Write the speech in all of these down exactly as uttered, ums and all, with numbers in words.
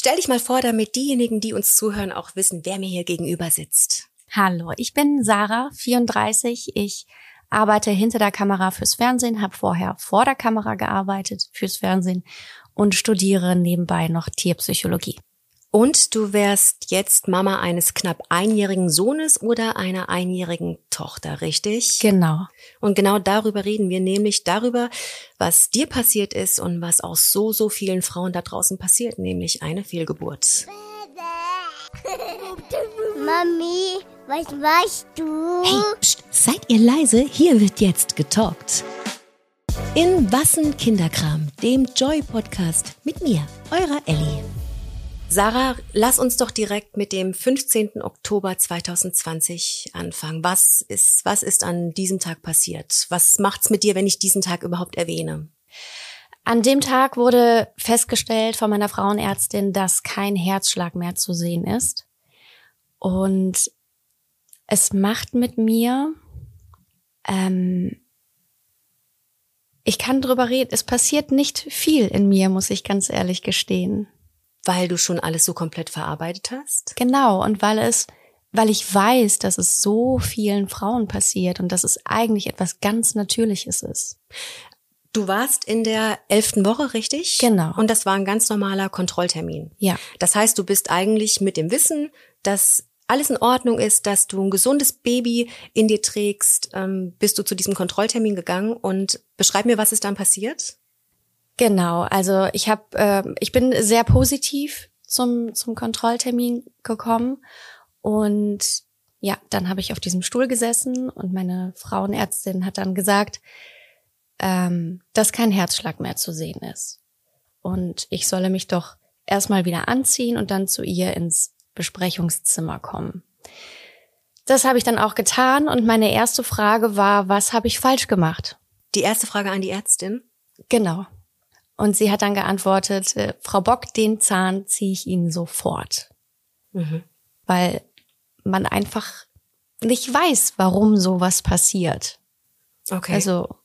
Stell dich mal vor, damit diejenigen, die uns zuhören, auch wissen, wer mir hier gegenüber sitzt. Hallo, ich bin Sarah, vierunddreißig. Ich arbeite hinter der Kamera fürs Fernsehen, habe vorher vor der Kamera gearbeitet fürs Fernsehen und studiere nebenbei noch Tierpsychologie. Und du wärst jetzt Mama eines knapp einjährigen Sohnes oder einer einjährigen Tochter, richtig? Genau. Und genau darüber reden wir, nämlich darüber, was dir passiert ist und was auch so, so vielen Frauen da draußen passiert, nämlich eine Fehlgeburt. Mami, was machst du? Hey, pst, seid ihr leise? Hier wird jetzt getalkt. In Wassen Kinderkram, dem Joy-Podcast mit mir, eurer Elli. Sarah, lass uns doch direkt mit dem fünfzehnten Oktober zweitausendzwanzig anfangen. Was ist, was ist an diesem Tag passiert? Was macht's mit dir, wenn ich diesen Tag überhaupt erwähne? An dem Tag wurde festgestellt von meiner Frauenärztin, dass kein Herzschlag mehr zu sehen ist. Und es macht mit mir, ähm, ich kann drüber reden, es passiert nicht viel in mir, muss ich ganz ehrlich gestehen. Weil du schon alles so komplett verarbeitet hast? Genau, und weil es, weil ich weiß, dass es so vielen Frauen passiert und dass es eigentlich etwas ganz Natürliches ist. Du warst in der elften Woche, richtig? Genau. Und das war ein ganz normaler Kontrolltermin. Ja. Das heißt, du bist eigentlich mit dem Wissen, dass alles in Ordnung ist, dass du ein gesundes Baby in dir trägst, ähm, bist du zu diesem Kontrolltermin gegangen und beschreib mir, was ist dann passiert? Genau, also ich habe, äh, ich bin sehr positiv zum zum Kontrolltermin gekommen und ja, dann habe ich auf diesem Stuhl gesessen und meine Frauenärztin hat dann gesagt, ähm, dass kein Herzschlag mehr zu sehen ist und ich solle mich doch erstmal wieder anziehen und dann zu ihr ins Besprechungszimmer kommen. Das habe ich dann auch getan und meine erste Frage war, was habe ich falsch gemacht? Die erste Frage an die Ärztin? Genau. Und sie hat dann geantwortet, äh, Frau Bock, den Zahn ziehe ich Ihnen sofort. Mhm. Weil man einfach nicht weiß, warum sowas passiert. Okay. Also,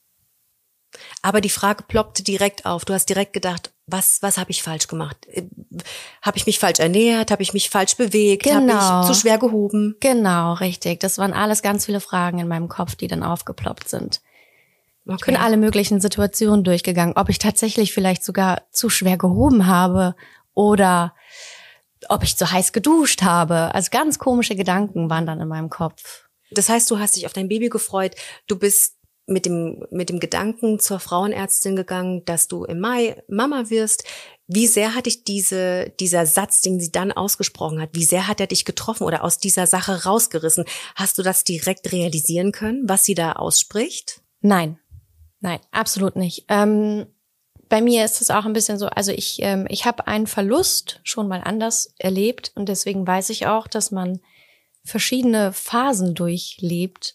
aber die Frage ploppte direkt auf. Du hast direkt gedacht, was was habe ich falsch gemacht? Äh, habe ich mich falsch ernährt? Habe ich mich falsch bewegt? Genau. Habe ich zu schwer gehoben? Genau, richtig. Das waren alles ganz viele Fragen in meinem Kopf, die dann aufgeploppt sind. Okay. Ich bin alle möglichen Situationen durchgegangen, ob ich tatsächlich vielleicht sogar zu schwer gehoben habe oder ob ich zu heiß geduscht habe. Also ganz komische Gedanken waren dann in meinem Kopf. Das heißt, du hast dich auf dein Baby gefreut. Du bist mit dem mit dem Gedanken zur Frauenärztin gegangen, dass du im Mai Mama wirst. Wie sehr hat dich diese dieser Satz, den sie dann ausgesprochen hat, wie sehr hat er dich getroffen oder aus dieser Sache rausgerissen? Hast du das direkt realisieren können, was sie da ausspricht? Nein. Nein, absolut nicht. Ähm, bei mir ist es auch ein bisschen so, also ich ähm, ich habe einen Verlust schon mal anders erlebt und deswegen weiß ich auch, dass man verschiedene Phasen durchlebt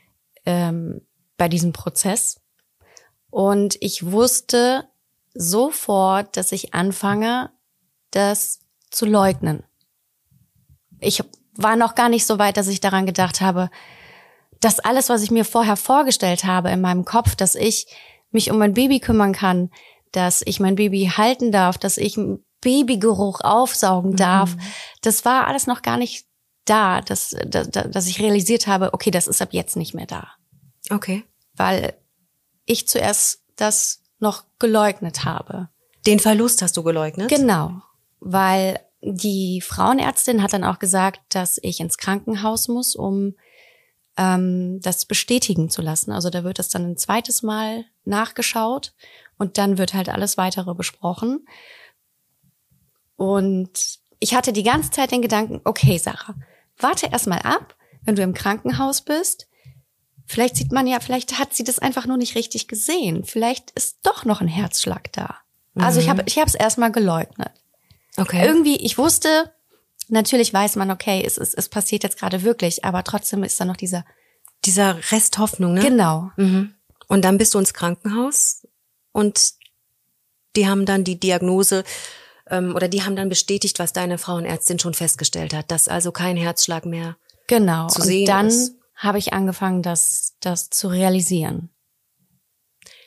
ähm, bei diesem Prozess. Und ich wusste sofort, dass ich anfange, das zu leugnen. Ich war noch gar nicht so weit, dass ich daran gedacht habe, dass alles, was ich mir vorher vorgestellt habe in meinem Kopf, dass ich mich um mein Baby kümmern kann, dass ich mein Baby halten darf, dass ich Babygeruch aufsaugen darf, mhm. das war alles noch gar nicht da, dass, dass, dass ich realisiert habe, okay, das ist ab jetzt nicht mehr da. Okay. Weil ich zuerst das noch geleugnet habe. Den Verlust hast du geleugnet? Genau, weil die Frauenärztin hat dann auch gesagt, dass ich ins Krankenhaus muss, um ähm, das bestätigen zu lassen. Also da wird das dann ein zweites Mal nachgeschaut und dann wird halt alles weitere besprochen. Und ich hatte die ganze Zeit den Gedanken, okay, Sarah, warte erst mal ab, wenn du im Krankenhaus bist. Vielleicht sieht man ja, vielleicht hat sie das einfach nur nicht richtig gesehen. Vielleicht ist doch noch ein Herzschlag da. Mhm. Also ich habe ich habe es erstmal geleugnet. Okay. Irgendwie, ich wusste, natürlich weiß man, okay, es, es, es passiert jetzt gerade wirklich, aber trotzdem ist da noch dieser... Dieser Rest Hoffnung, ne? Genau. Mhm. Und dann bist du ins Krankenhaus und die haben dann die Diagnose ähm, oder die haben dann bestätigt, was deine Frauenärztin schon festgestellt hat, dass also kein Herzschlag mehr genau. zu sehen ist. Genau, und ist. dann habe ich angefangen, das, das zu realisieren.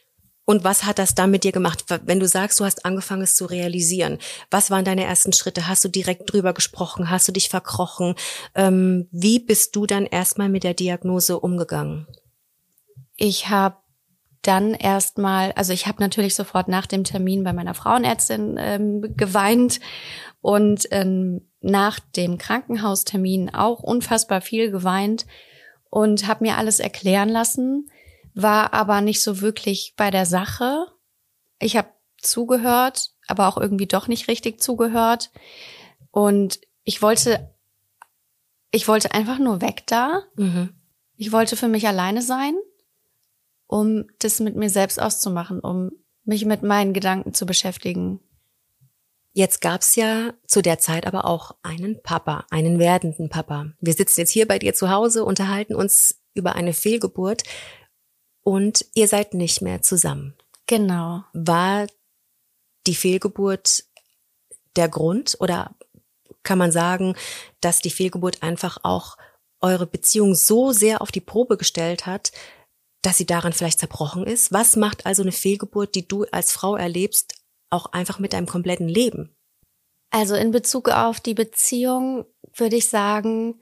Und was hat das dann mit dir gemacht? Wenn du sagst, du hast angefangen, es zu realisieren, was waren deine ersten Schritte? Hast du direkt drüber gesprochen? Hast du dich verkrochen? Ähm, wie bist du dann erstmal mit der Diagnose umgegangen? Ich habe dann erstmal, also ich habe natürlich sofort nach dem Termin bei meiner Frauenärztin ähm, geweint und ähm, nach dem Krankenhaustermin auch unfassbar viel geweint und habe mir alles erklären lassen, war aber nicht so wirklich bei der Sache. Ich habe zugehört, aber auch irgendwie doch nicht richtig zugehört und ich wollte, ich wollte einfach nur weg da. Mhm. Ich wollte für mich alleine sein, um das mit mir selbst auszumachen, um mich mit meinen Gedanken zu beschäftigen. Jetzt gab's ja zu der Zeit aber auch einen Papa, einen werdenden Papa. Wir sitzen jetzt hier bei dir zu Hause, unterhalten uns über eine Fehlgeburt und ihr seid nicht mehr zusammen. Genau. War die Fehlgeburt der Grund oder kann man sagen, dass die Fehlgeburt einfach auch eure Beziehung so sehr auf die Probe gestellt hat, dass sie daran vielleicht zerbrochen ist? Was macht also eine Fehlgeburt, die du als Frau erlebst, auch einfach mit deinem kompletten Leben? Also in Bezug auf die Beziehung würde ich sagen,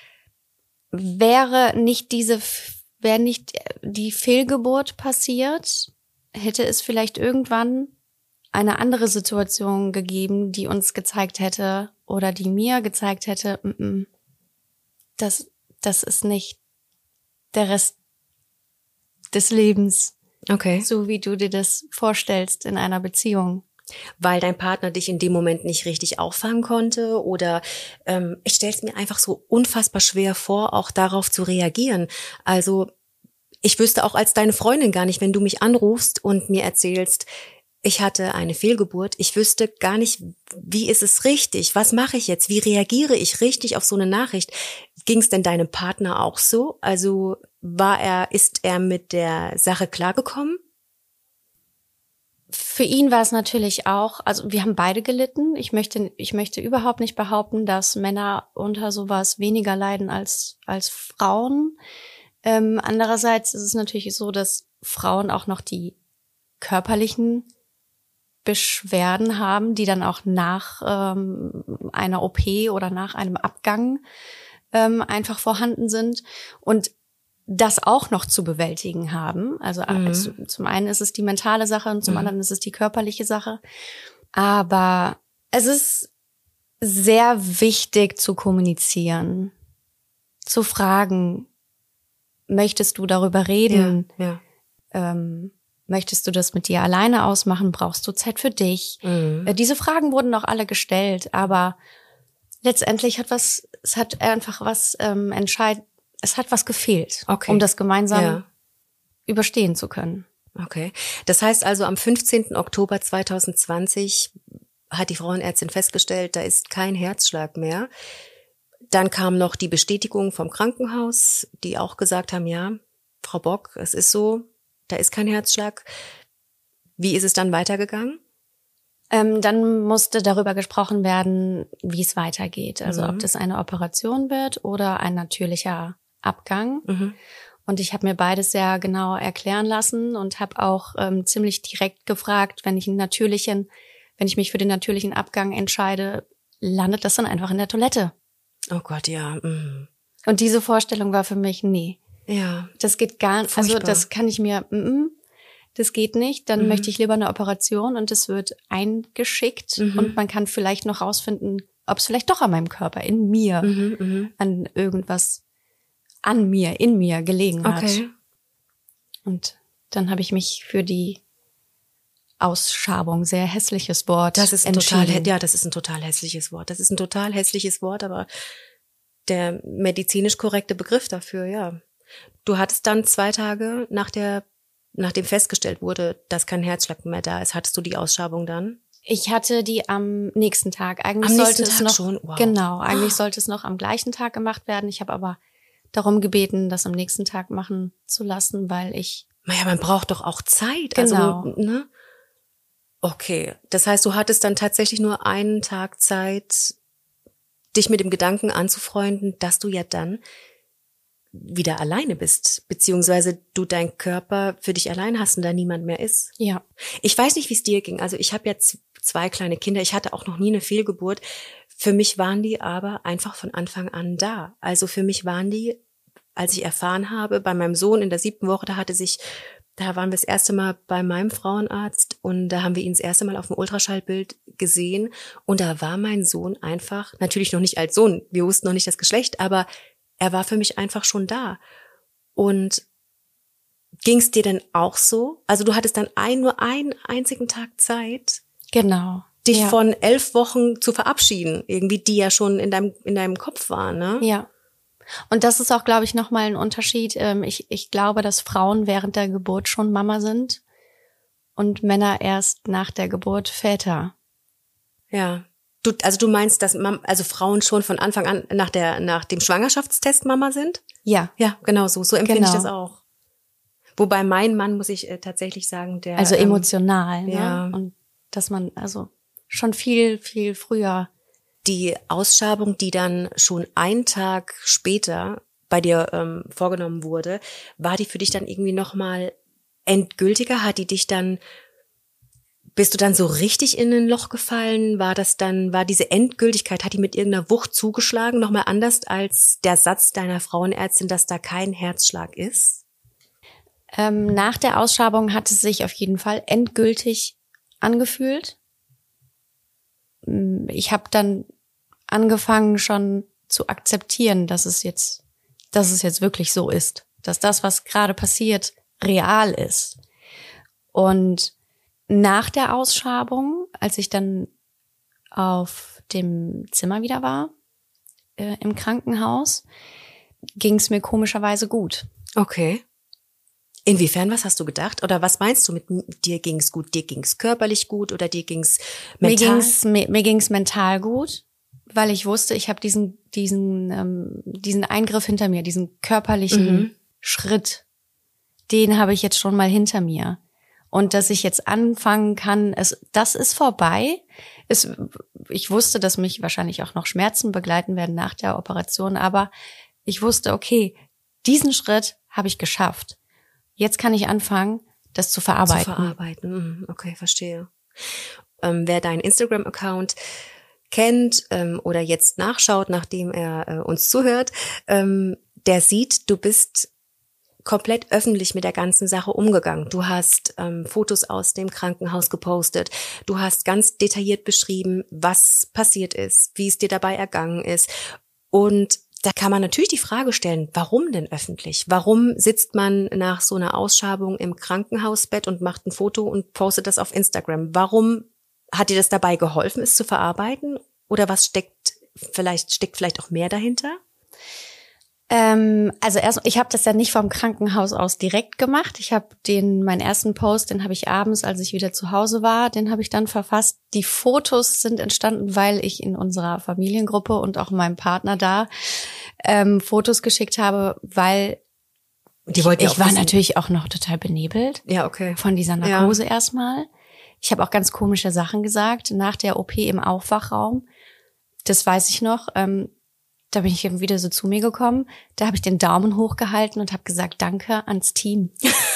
wäre nicht diese, wäre nicht die Fehlgeburt passiert, hätte es vielleicht irgendwann eine andere Situation gegeben, die uns gezeigt hätte oder die mir gezeigt hätte, m-m, das, das ist nicht der Rest des Lebens, okay, so wie du dir das vorstellst in einer Beziehung. Weil dein Partner dich in dem Moment nicht richtig auffangen konnte oder ähm, ich stelle es mir einfach so unfassbar schwer vor, auch darauf zu reagieren. Also ich wüsste auch als deine Freundin gar nicht, wenn du mich anrufst und mir erzählst, ich hatte eine Fehlgeburt, ich wüsste gar nicht, wie ist es richtig, was mache ich jetzt, wie reagiere ich richtig auf so eine Nachricht. Ging es denn deinem Partner auch so? Also war er, ist er mit der Sache klargekommen? Für ihn war es natürlich auch, also wir haben beide gelitten. Ich möchte, ich möchte überhaupt nicht behaupten, dass Männer unter sowas weniger leiden als als Frauen. Ähm, andererseits ist es natürlich so, dass Frauen auch noch die körperlichen Beschwerden haben, die dann auch nach ähm, einer O P oder nach einem Abgang ähm, einfach vorhanden sind und das auch noch zu bewältigen haben. Also, mhm. also zum einen ist es die mentale Sache und zum mhm. anderen ist es die körperliche Sache. Aber es ist sehr wichtig zu kommunizieren, zu fragen, möchtest du darüber reden? Ja, ja. Ähm, möchtest du das mit dir alleine ausmachen? Brauchst du Zeit für dich? Mhm. Äh, diese Fragen wurden auch alle gestellt, aber letztendlich hat was, es hat einfach was ähm, entscheid, es hat was gefehlt, okay. um das gemeinsam ja. überstehen zu können. Okay. Das heißt also, am fünfzehnten Oktober zweitausendzwanzig hat die Frauenärztin festgestellt, da ist kein Herzschlag mehr. Dann kam noch die Bestätigung vom Krankenhaus, die auch gesagt haben, ja, Frau Bock, es ist so, da ist kein Herzschlag. Wie ist es dann weitergegangen? Ähm, dann musste darüber gesprochen werden, wie es weitergeht. Also mhm. ob das eine Operation wird oder ein natürlicher Abgang. Mhm. Und ich habe mir beides sehr genau erklären lassen und habe auch ähm, ziemlich direkt gefragt, wenn ich einen natürlichen, wenn ich mich für den natürlichen Abgang entscheide, landet das dann einfach in der Toilette. Oh Gott, ja. Mhm. Und diese Vorstellung war für mich, nee. Ja. Das geht gar nicht. Also das kann ich mir, mm, das geht nicht. Dann mhm. möchte ich lieber eine Operation und es wird eingeschickt mhm. und man kann vielleicht noch rausfinden, ob es vielleicht doch an meinem Körper, in mir, mhm, mhm. an irgendwas an mir, in mir gelegen hat. Okay. Und dann habe ich mich für die Ausschabung, sehr hässliches Wort, das ist ein total, ja, das ist ein total hässliches Wort. Das ist ein total hässliches Wort, aber der medizinisch korrekte Begriff dafür, ja. Du hattest dann zwei Tage nach der, nachdem festgestellt wurde, dass kein Herzschlag mehr da ist, hattest du die Ausschabung dann? Ich hatte die am nächsten Tag. Eigentlich am sollte nächsten es Tag noch, schon? Wow. Genau, eigentlich sollte es noch am gleichen Tag gemacht werden. Ich habe aber darum gebeten, das am nächsten Tag machen zu lassen, weil ich. Naja, man braucht doch auch Zeit. Genau. Also, ne? Okay. Das heißt, du hattest dann tatsächlich nur einen Tag Zeit, dich mit dem Gedanken anzufreunden, dass du ja dann wieder alleine bist, beziehungsweise du deinen Körper für dich allein hast und da niemand mehr ist. Ja. Ich weiß nicht, wie es dir ging. Also ich habe jetzt zwei kleine Kinder. Ich hatte auch noch nie eine Fehlgeburt. Für mich waren die aber einfach von Anfang an da. Also für mich waren die, als ich erfahren habe, bei meinem Sohn in der siebten Woche, da hatte sich, da waren wir das erste Mal bei meinem Frauenarzt und da haben wir ihn das erste Mal auf dem Ultraschallbild gesehen und da war mein Sohn einfach, natürlich noch nicht als Sohn, wir wussten noch nicht das Geschlecht, aber er war für mich einfach schon da. Und ging es dir denn auch so? Also du hattest dann ein, nur einen einzigen Tag Zeit, Genau. dich ja. von elf Wochen zu verabschieden, irgendwie, die ja schon in deinem in deinem Kopf waren, ne? Ja. Und das ist auch, glaube ich, nochmal ein Unterschied. Ich, ich glaube, dass Frauen während der Geburt schon Mama sind und Männer erst nach der Geburt Väter. Ja. Du, also du meinst, dass Mam- also Frauen schon von Anfang an nach der nach dem Schwangerschaftstest Mama sind? Ja. Ja, genau so. So empfinde Genau. ich das auch. Wobei mein Mann, muss ich äh, tatsächlich sagen, der Also ähm, emotional. ja. Ne? Und dass man also schon viel, viel früher. Die Ausschabung, die dann schon einen Tag später bei dir ähm, vorgenommen wurde, war die für dich dann irgendwie nochmal endgültiger? Hat die dich dann, bist du dann so richtig in ein Loch gefallen? War das dann, war diese Endgültigkeit, hat die mit irgendeiner Wucht zugeschlagen? Nochmal anders als der Satz deiner Frauenärztin, dass da kein Herzschlag ist? Ähm, nach der Ausschabung hat es sich auf jeden Fall endgültig angefühlt. Ich habe dann angefangen schon zu akzeptieren, dass es jetzt, dass es jetzt wirklich so ist, dass das, was gerade passiert, real ist. Und nach der Ausschabung, als ich dann auf dem Zimmer wieder war, äh, im Krankenhaus, ging es mir komischerweise gut. Okay. Inwiefern, was hast du gedacht? Oder was meinst du mit dir ging's gut? Dir ging's körperlich gut oder dir ging's mental? Mir ging's, mir, mir ging's mental gut, weil ich wusste, ich habe diesen diesen ähm, diesen Eingriff hinter mir, diesen körperlichen Mhm. Schritt, den habe ich jetzt schon mal hinter mir. Und dass ich jetzt anfangen kann, es, das ist vorbei. Es, ich wusste, dass mich wahrscheinlich auch noch Schmerzen begleiten werden nach der Operation, aber ich wusste, okay, diesen Schritt habe ich geschafft. Jetzt kann ich anfangen, das zu verarbeiten. Zu verarbeiten. Mhm, okay, verstehe. Ähm, wer deinen Instagram-Account kennt ähm, oder jetzt nachschaut, nachdem er äh, uns zuhört, ähm, der sieht, du bist komplett öffentlich mit der ganzen Sache umgegangen. Du hast ähm, Fotos aus dem Krankenhaus gepostet. Du hast ganz detailliert beschrieben, was passiert ist, wie es dir dabei ergangen ist. Und da kann man natürlich die Frage stellen, warum denn öffentlich? Warum sitzt man nach so einer Ausschabung im Krankenhausbett und macht ein Foto und postet das auf Instagram? Warum hat dir das dabei geholfen, es zu verarbeiten? Oder was steckt vielleicht, steckt vielleicht auch mehr dahinter? Ähm, also erst, ich habe das ja nicht vom Krankenhaus aus direkt gemacht. Ich habe den, meinen ersten Post, den habe ich abends, als ich wieder zu Hause war, den habe ich dann verfasst. Die Fotos sind entstanden, weil ich in unserer Familiengruppe und auch meinem Partner da ähm, Fotos geschickt habe, weil Die wollten ja ich auch war wissen- natürlich auch noch total benebelt Ja, okay. von dieser Narkose erstmal. Ich habe auch ganz komische Sachen gesagt nach der O P im Aufwachraum. Das weiß ich noch. Ähm, Da bin ich eben wieder so zu mir gekommen. Da habe ich den Daumen hochgehalten und habe gesagt, danke ans Team.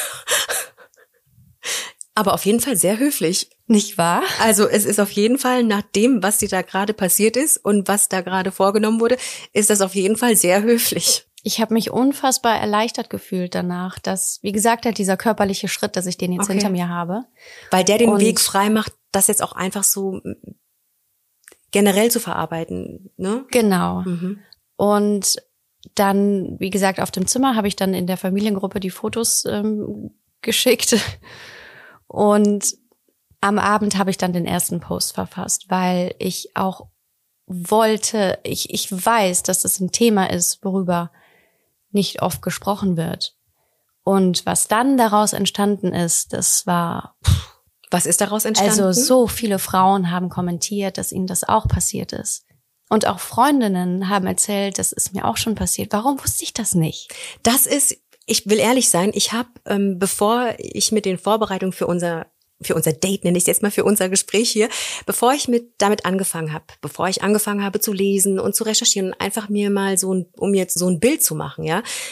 Aber auf jeden Fall sehr höflich. Nicht wahr? Also es ist auf jeden Fall nach dem, was dir da gerade passiert ist und was da gerade vorgenommen wurde, ist das auf jeden Fall sehr höflich. Ich habe mich unfassbar erleichtert gefühlt danach, dass, wie gesagt, halt dieser körperliche Schritt, dass ich den jetzt Okay. hinter mir habe. Weil der den Und- Weg frei macht, das jetzt auch einfach so generell zu verarbeiten, ne? Genau. Mhm. Und dann, wie gesagt, auf dem Zimmer habe ich dann in der Familiengruppe die Fotos ähm, geschickt. Und am Abend habe ich dann den ersten Post verfasst, weil ich auch wollte, ich, ich weiß, dass das ein Thema ist, worüber nicht oft gesprochen wird. Und was dann daraus entstanden ist, das war, Was ist daraus entstanden? also so viele Frauen haben kommentiert, dass ihnen das auch passiert ist. Und auch Freundinnen haben erzählt, das ist mir auch schon passiert. Warum wusste ich das nicht? Das ist, ich will ehrlich sein, ich habe, ähm, bevor ich mit den Vorbereitungen für unser für unser Date, nenne ich es jetzt mal, für unser Gespräch hier, bevor ich mit damit angefangen habe, bevor ich angefangen habe zu lesen und zu recherchieren und einfach mir mal so ein, um jetzt so ein Bild zu machen, ja,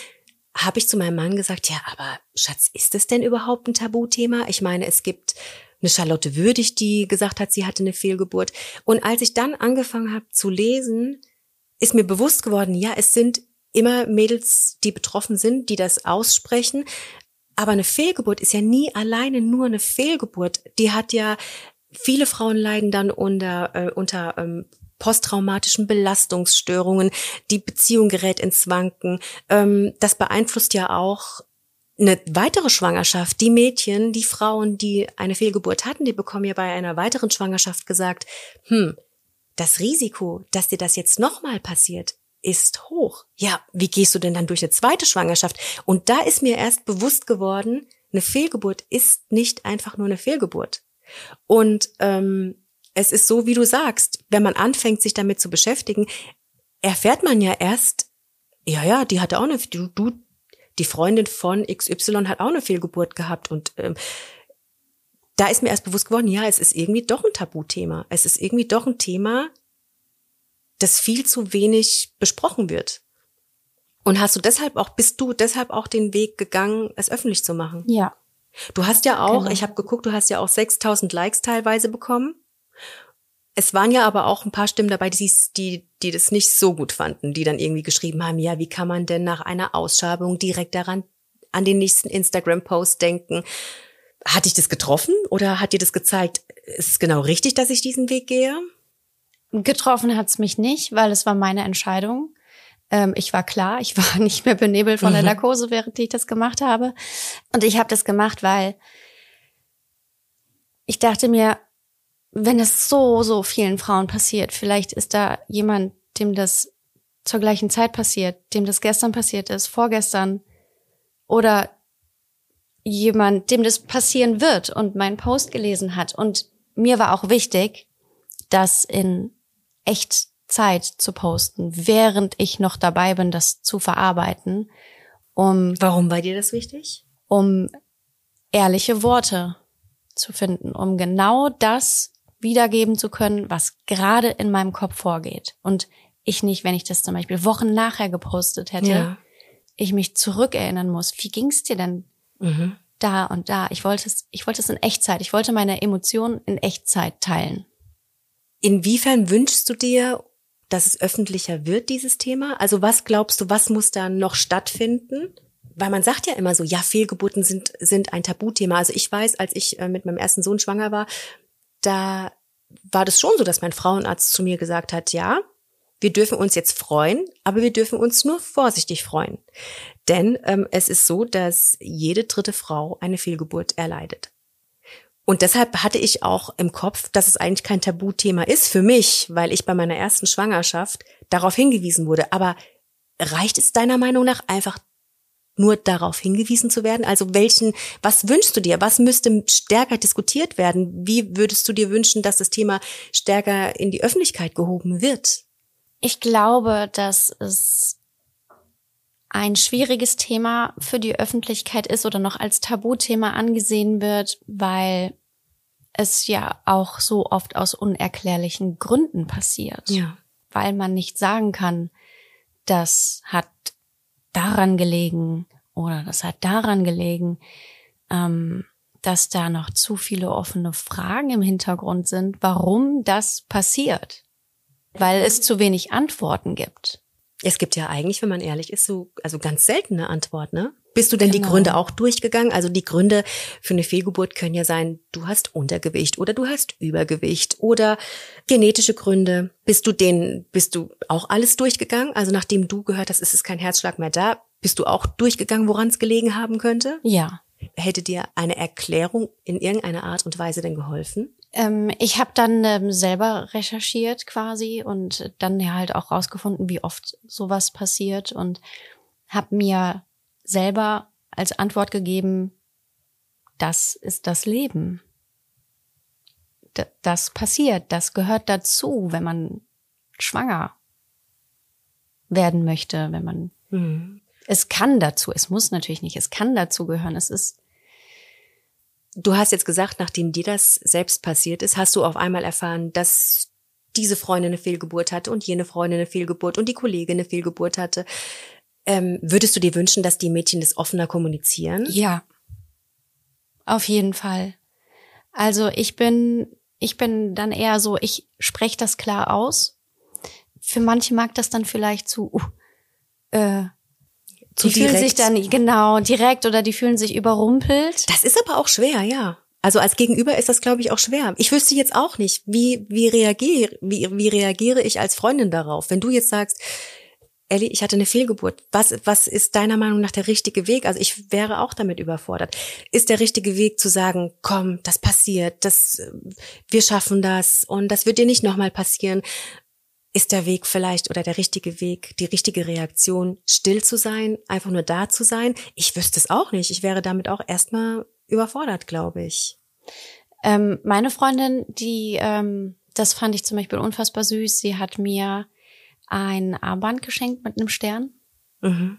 habe ich zu meinem Mann gesagt, ja, aber Schatz, ist das denn überhaupt ein Tabuthema? Ich meine, es gibt eine Charlotte Würdig, die gesagt hat, sie hatte eine Fehlgeburt. Und als ich dann angefangen habe zu lesen, ist mir bewusst geworden, ja, es sind immer Mädels, die betroffen sind, die das aussprechen. Aber eine Fehlgeburt ist ja nie alleine nur eine Fehlgeburt. Die hat ja, viele Frauen leiden dann unter, äh, unter ähm, posttraumatischen Belastungsstörungen. Die Beziehung gerät ins Wanken. Ähm, das beeinflusst ja auch eine weitere Schwangerschaft. Die Mädchen, die Frauen, die eine Fehlgeburt hatten, die bekommen ja bei einer weiteren Schwangerschaft gesagt, hm, das Risiko, dass dir das jetzt nochmal passiert, ist hoch. Ja, wie gehst du denn dann durch eine zweite Schwangerschaft? Und da ist mir erst bewusst geworden, eine Fehlgeburt ist nicht einfach nur eine Fehlgeburt. Und ähm, es ist so, wie du sagst, wenn man anfängt, sich damit zu beschäftigen, erfährt man ja erst, ja, ja, die hatte auch eine, du, du die Freundin von X Y hat auch eine Fehlgeburt gehabt. Und ähm, da ist mir erst bewusst geworden, ja, es ist irgendwie doch ein Tabuthema. Es ist irgendwie doch ein Thema, das viel zu wenig besprochen wird. Und hast du deshalb auch, bist du deshalb auch den Weg gegangen, es öffentlich zu machen? Ja. Du hast ja auch, Genau. ich habe geguckt, du hast ja auch sechstausend Likes teilweise bekommen. Es waren ja aber auch ein paar Stimmen dabei, die, die, die das nicht so gut fanden, die dann irgendwie geschrieben haben, ja, wie kann man denn nach einer Ausschabung direkt daran, an den nächsten Instagram-Post denken? Hat dich das getroffen oder hat dir das gezeigt, ist es genau richtig, dass ich diesen Weg gehe? Getroffen hat's mich nicht, weil es war meine Entscheidung. Ähm, ich war klar, ich war nicht mehr benebelt von mhm. der Narkose, während ich das gemacht habe. Und ich habe das gemacht, weil ich dachte mir, wenn es so, so vielen Frauen passiert, vielleicht ist da jemand, dem das zur gleichen Zeit passiert, dem das gestern passiert ist, vorgestern, oder jemand, dem das passieren wird und meinen Post gelesen hat. Und mir war auch wichtig, das in Echtzeit zu posten, während ich noch dabei bin, das zu verarbeiten. Um, Warum war dir das wichtig? Um ehrliche Worte zu finden, um genau das wiedergeben zu können, was gerade in meinem Kopf vorgeht. Und ich nicht, wenn ich das zum Beispiel Wochen nachher gepostet hätte, ja. ich mich zurückerinnern muss. Wie ging's dir denn mhm. da und da? Ich wollte es, ich wollte es in Echtzeit. Ich wollte meine Emotionen in Echtzeit teilen. Inwiefern wünschst du dir, dass es öffentlicher wird, dieses Thema? Also was glaubst du, was muss da noch stattfinden? Weil man sagt ja immer so, ja, Fehlgeburten sind sind ein Tabuthema. Also ich weiß, als ich äh, mit meinem ersten Sohn schwanger war, da war das schon so, dass mein Frauenarzt zu mir gesagt hat, ja, wir dürfen uns jetzt freuen, aber wir dürfen uns nur vorsichtig freuen. Denn ähm, es ist so, dass jede dritte Frau eine Fehlgeburt erleidet. Und deshalb hatte ich auch im Kopf, dass es eigentlich kein Tabuthema ist für mich, weil ich bei meiner ersten Schwangerschaft darauf hingewiesen wurde. Aber reicht es deiner Meinung nach einfach nur darauf hingewiesen zu werden? Also welchen, was wünschst du dir? Was müsste stärker diskutiert werden? Wie würdest du dir wünschen, dass das Thema stärker in die Öffentlichkeit gehoben wird? Ich glaube, dass es ein schwieriges Thema für die Öffentlichkeit ist oder noch als Tabuthema angesehen wird, weil es ja auch so oft aus unerklärlichen Gründen passiert. Ja. Weil man nicht sagen kann, das hat daran gelegen oder das hat daran gelegen, ähm, dass da noch zu viele offene Fragen im Hintergrund sind, warum das passiert. Weil es zu wenig Antworten gibt. Es gibt ja eigentlich, wenn man ehrlich ist, so also ganz seltene Antwort, ne? Bist du denn Genau. die Gründe auch durchgegangen? Also die Gründe für eine Fehlgeburt können ja sein, du hast Untergewicht oder du hast Übergewicht oder genetische Gründe. Bist du den, bist du auch alles durchgegangen? Also nachdem du gehört hast, es ist kein Herzschlag mehr da, bist du auch durchgegangen, woran es gelegen haben könnte? Ja. Hätte dir eine Erklärung in irgendeiner Art und Weise denn geholfen? Ähm, ich habe dann ähm, selber recherchiert quasi und dann ja halt auch rausgefunden, wie oft sowas passiert und habe mir selber als Antwort gegeben, das ist das Leben. D- das passiert, das gehört dazu, wenn man schwanger werden möchte, wenn man Hm. es kann dazu, es muss natürlich nicht, es kann dazu gehören, es ist. Du hast jetzt gesagt, nachdem dir das selbst passiert ist, hast du auf einmal erfahren, dass diese Freundin eine Fehlgeburt hatte und jene Freundin eine Fehlgeburt und die Kollegin eine Fehlgeburt hatte. Ähm, würdest du dir wünschen, dass die Mädchen das offener kommunizieren? Ja, auf jeden Fall. Also ich bin, ich bin dann eher so, ich spreche das klar aus. Für manche mag das dann vielleicht zu, uh, äh, zu die fühlen sich dann, genau, direkt oder die fühlen sich überrumpelt. Das ist aber auch schwer, ja. Also als Gegenüber ist das, glaube ich, auch schwer. Ich wüsste jetzt auch nicht, wie, wie reagiere, wie, wie reagiere ich als Freundin darauf? Wenn du jetzt sagst, Elli, ich hatte eine Fehlgeburt. Was, was ist deiner Meinung nach der richtige Weg? Also ich wäre auch damit überfordert. Ist der richtige Weg zu sagen, komm, das passiert, das, wir schaffen das und das wird dir nicht nochmal passieren? Ist der Weg vielleicht oder der richtige Weg, die richtige Reaktion, still zu sein, einfach nur da zu sein? Ich wüsste es auch nicht. Ich wäre damit auch erstmal überfordert, glaube ich. Ähm, meine Freundin, die, ähm, das fand ich zum Beispiel unfassbar süß. Sie hat mir ein Armband geschenkt mit einem Stern. Mhm.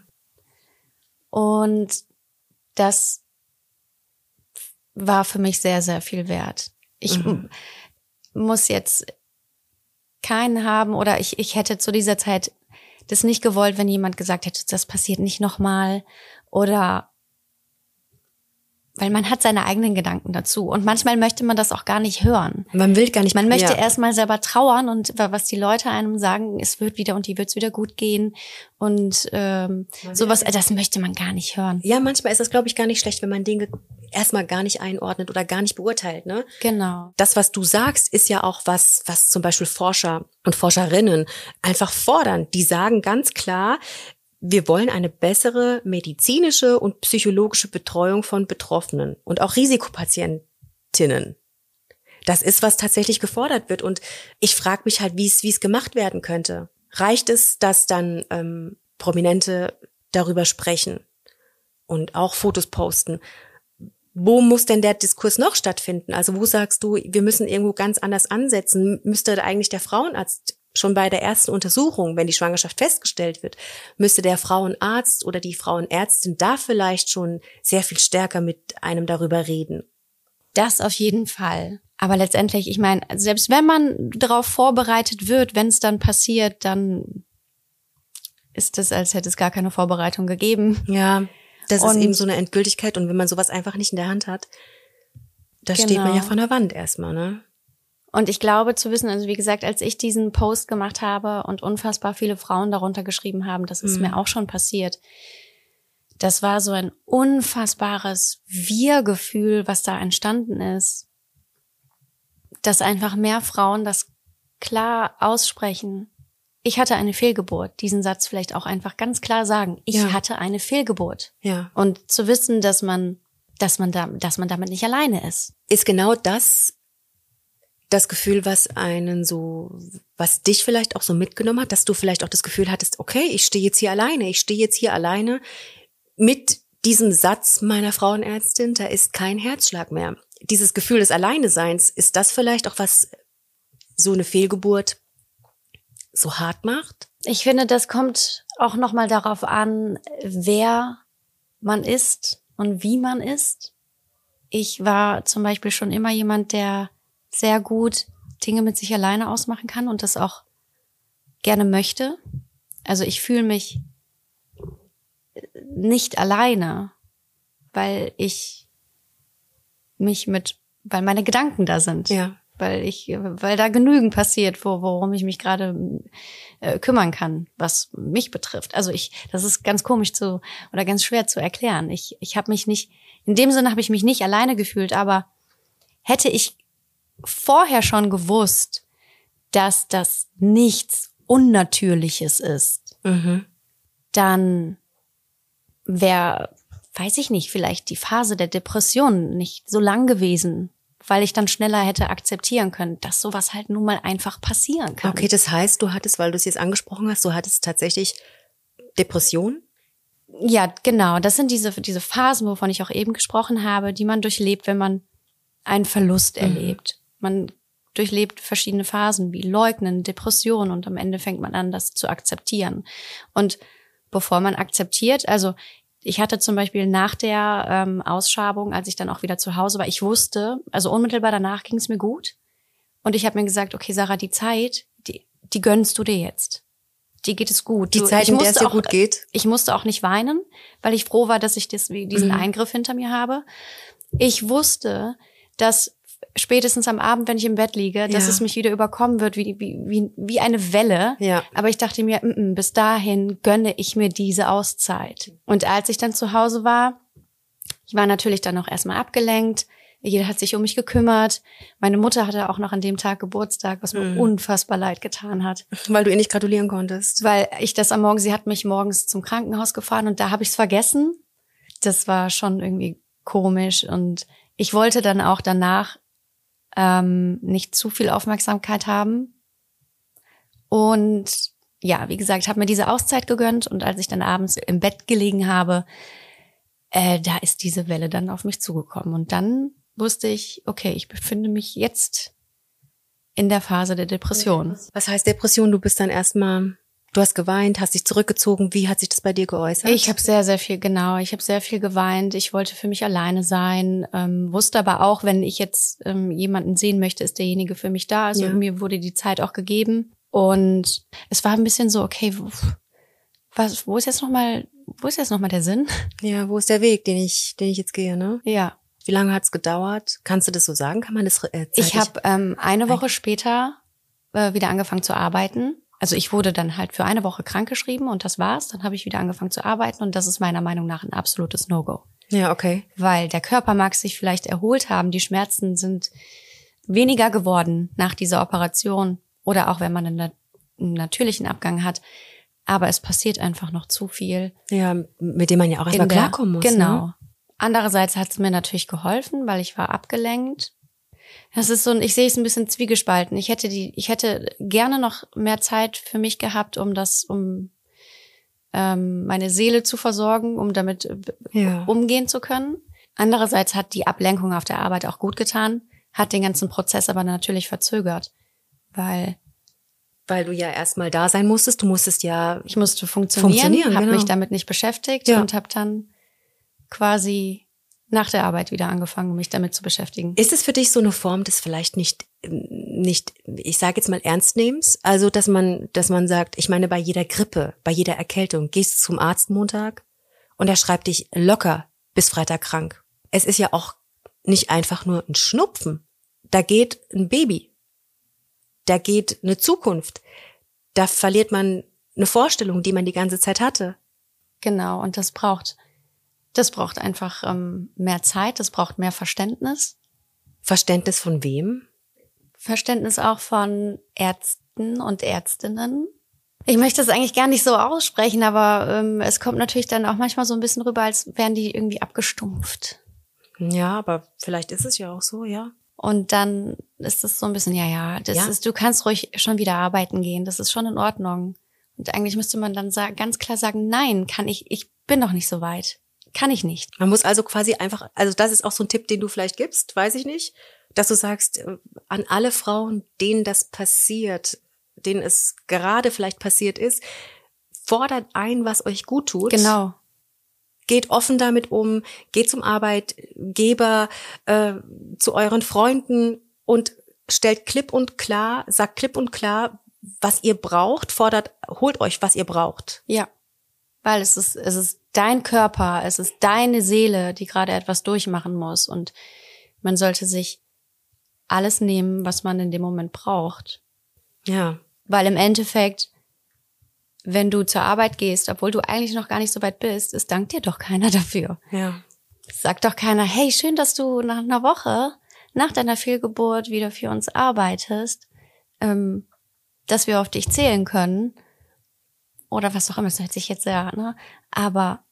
Und das war für mich sehr, sehr viel wert. Ich mhm. muss jetzt keinen haben oder ich, ich hätte zu dieser Zeit das nicht gewollt, wenn jemand gesagt hätte, das passiert nicht nochmal oder weil man hat seine eigenen Gedanken dazu und manchmal möchte man das auch gar nicht hören. Man will gar nicht. Man möchte ja. erstmal selber trauern und was die Leute einem sagen, es wird wieder und die wird's wieder gut gehen und ähm, sowas, das möchte man gar nicht hören. Ja, manchmal ist das, glaube ich, gar nicht schlecht, wenn man Dinge erstmal gar nicht einordnet oder gar nicht beurteilt, ne? Genau. Das, was du sagst, ist ja auch was, was zum Beispiel Forscher und Forscherinnen einfach fordern. Die sagen ganz klar, wir wollen eine bessere medizinische und psychologische Betreuung von Betroffenen und auch Risikopatientinnen. Das ist, was tatsächlich gefordert wird. Und ich frage mich halt, wie es wie es gemacht werden könnte. Reicht es, dass dann ähm, Prominente darüber sprechen und auch Fotos posten? Wo muss denn der Diskurs noch stattfinden? Also wo sagst du, wir müssen irgendwo ganz anders ansetzen? Müsste eigentlich der Frauenarzt schon bei der ersten Untersuchung, wenn die Schwangerschaft festgestellt wird, müsste der Frauenarzt oder die Frauenärztin da vielleicht schon sehr viel stärker mit einem darüber reden? Das auf jeden Fall. Aber letztendlich, ich meine, selbst wenn man darauf vorbereitet wird, wenn es dann passiert, dann ist es, als hätte es gar keine Vorbereitung gegeben. Ja, das und ist eben so eine Endgültigkeit. Und wenn man sowas einfach nicht in der Hand hat, da genau. steht man ja vor der Wand erstmal, ne? Und ich glaube zu wissen, also wie gesagt, als ich diesen Post gemacht habe und unfassbar viele Frauen darunter geschrieben haben, das ist mhm. mir auch schon passiert. Das war so ein unfassbares Wir-Gefühl, was da entstanden ist, dass einfach mehr Frauen das klar aussprechen. Ich hatte eine Fehlgeburt. Diesen Satz vielleicht auch einfach ganz klar sagen. Ich ja. hatte eine Fehlgeburt. Ja. Und zu wissen, dass man, dass man da, dass man damit nicht alleine ist. Ist genau das das Gefühl, was einen so, was dich vielleicht auch so mitgenommen hat, dass du vielleicht auch das Gefühl hattest, okay, ich stehe jetzt hier alleine, ich stehe jetzt hier alleine mit diesem Satz meiner Frauenärztin, da ist kein Herzschlag mehr. Dieses Gefühl des Alleineseins, ist das vielleicht auch was so eine Fehlgeburt so hart macht? Ich finde, das kommt auch nochmal darauf an, wer man ist und wie man ist. Ich war zum Beispiel schon immer jemand, der sehr gut Dinge mit sich alleine ausmachen kann und das auch gerne möchte. Also ich fühle mich nicht alleine, weil ich mich mit, weil meine Gedanken da sind. Ja. Weil ich, weil da genügend passiert, wo, worum ich mich gerade äh, kümmern kann, was mich betrifft. Also ich, das ist ganz komisch zu, oder ganz schwer zu erklären. Ich, ich habe mich nicht, in dem Sinne habe ich mich nicht alleine gefühlt, aber hätte ich vorher schon gewusst, dass das nichts Unnatürliches ist, mhm. dann wäre, weiß ich nicht, vielleicht die Phase der Depression nicht so lang gewesen, weil ich dann schneller hätte akzeptieren können, dass sowas halt nun mal einfach passieren kann. Okay, das heißt, du hattest, weil du es jetzt angesprochen hast, du hattest tatsächlich Depression? Ja, genau. Das sind diese, diese Phasen, wovon ich auch eben gesprochen habe, die man durchlebt, wenn man einen Verlust mhm. erlebt. Man durchlebt verschiedene Phasen wie Leugnen, Depression und am Ende fängt man an, das zu akzeptieren. Und bevor man akzeptiert, also ich hatte zum Beispiel nach der ähm, Ausschabung, als ich dann auch wieder zu Hause war, ich wusste, also unmittelbar danach ging es mir gut und ich habe mir gesagt, okay Sarah, die Zeit, die, die gönnst du dir jetzt. dir geht es gut. Die Du, Zeit, ich in der es musste dir auch, gut geht. Ich musste auch nicht weinen, weil ich froh war, dass ich das, diesen Mhm. Eingriff hinter mir habe. Ich wusste, dass spätestens am Abend, wenn ich im Bett liege, dass Ja. es mich wieder überkommen wird, wie, wie, wie, wie eine Welle. Ja. Aber ich dachte mir, m -m, bis dahin gönne ich mir diese Auszeit. Und als ich dann zu Hause war, ich war natürlich dann auch erstmal abgelenkt. Jeder hat sich um mich gekümmert. Meine Mutter hatte auch noch an dem Tag Geburtstag, was mir Mhm. unfassbar leid getan hat. Weil du ihr nicht gratulieren konntest. Weil ich das am Morgen, sie hat mich morgens zum Krankenhaus gefahren und da habe ich es vergessen. Das war schon irgendwie komisch und ich wollte dann auch danach ähm, nicht zu viel Aufmerksamkeit haben. Und ja, wie gesagt, habe mir diese Auszeit gegönnt und als ich dann abends im Bett gelegen habe, äh, da ist diese Welle dann auf mich zugekommen. Und dann wusste ich, okay, ich befinde mich jetzt in der Phase der Depression. Was heißt Depression? Du bist dann erstmal, du hast geweint, hast dich zurückgezogen. Wie hat sich das bei dir geäußert? Ich habe sehr, sehr viel, genau, ich habe sehr viel geweint. Ich wollte für mich alleine sein, ähm, wusste aber auch, wenn ich jetzt ähm, jemanden sehen möchte, ist derjenige für mich da. Also Ja. mir wurde die Zeit auch gegeben. Und es war ein bisschen so, okay, wo, was, wo ist jetzt nochmal, wo ist jetzt nochmal der Sinn? Ja, wo ist der Weg, den ich, den ich jetzt gehe, ne? Ja. Wie lange hat's gedauert? Kannst du das so sagen? Kann man das äh, zeitlich? Ich habe ähm, eine Woche später äh, wieder angefangen zu arbeiten. Also ich wurde dann halt für eine Woche krankgeschrieben und das war's. Dann habe ich wieder angefangen zu arbeiten und das ist meiner Meinung nach ein absolutes No-Go. Ja, okay. Weil der Körper mag sich vielleicht erholt haben, die Schmerzen sind weniger geworden nach dieser Operation oder auch wenn man einen, einen natürlichen Abgang hat. Aber es passiert einfach noch zu viel. Ja, mit dem man ja auch erstmal der- klarkommen muss. Genau. Ne? Andererseits hat es mir natürlich geholfen, weil ich war abgelenkt. Das ist so ein, ich sehe es ein bisschen zwiegespalten. Ich hätte die, ich hätte gerne noch mehr Zeit für mich gehabt, um das, um ähm, meine Seele zu versorgen, um damit äh, Ja. umgehen zu können. Andererseits hat die Ablenkung auf der Arbeit auch gut getan, hat den ganzen Prozess aber natürlich verzögert, weil Weil du ja erstmal da sein musstest. Du musstest ja, ich musste funktionieren, Funktionieren, habe genau. mich damit nicht beschäftigt Ja. und habe dann quasi nach der Arbeit wieder angefangen, mich damit zu beschäftigen. ist es für dich so eine Form des vielleicht nicht, nicht, ich sage jetzt mal Ernstnehmens? Also, dass man, dass man sagt, ich meine, bei jeder Grippe, bei jeder Erkältung, gehst du zum Arzt Montag und er schreibt dich locker bis Freitag krank. Es ist ja auch nicht einfach nur ein Schnupfen. Da geht ein Baby. Da geht eine Zukunft. Da verliert man eine Vorstellung, die man die ganze Zeit hatte. Genau, und das braucht, das braucht einfach ähm, mehr Zeit, das braucht mehr Verständnis. Verständnis von wem? Verständnis auch von Ärzten und Ärztinnen. Ich möchte das eigentlich gar nicht so aussprechen, aber ähm, es kommt natürlich dann auch manchmal so ein bisschen rüber, als wären die irgendwie abgestumpft. Ja, aber vielleicht ist es ja auch so, ja. Und dann ist es so ein bisschen, ja, ja, das Ja. ist, du kannst ruhig schon wieder arbeiten gehen, das ist schon in Ordnung. Und eigentlich müsste man dann sagen, ganz klar sagen, nein, kann ich, ich bin doch nicht so weit. Kann ich nicht. Man muss also quasi einfach, also das ist auch so ein Tipp, den du vielleicht gibst, weiß ich nicht, dass du sagst, äh, an alle Frauen, denen das passiert, denen es gerade vielleicht passiert ist, fordert ein, was euch gut tut. Genau. Geht offen damit um, geht zum Arbeitgeber, äh, zu euren Freunden und stellt klipp und klar, sagt klipp und klar, was ihr braucht, fordert, holt euch, was ihr braucht. Ja. Weil es ist, es ist dein Körper, es ist deine Seele, die gerade etwas durchmachen muss. Und man sollte sich alles nehmen, was man in dem Moment braucht. Ja. Weil im Endeffekt, wenn du zur Arbeit gehst, obwohl du eigentlich noch gar nicht so weit bist, es dankt dir doch keiner dafür. Ja. Es sagt doch keiner, hey, schön, dass du nach einer Woche, nach deiner Fehlgeburt wieder für uns arbeitest, ähm, dass wir auf dich zählen können. Oder was auch immer, das hört sich jetzt sehr, ne? Aber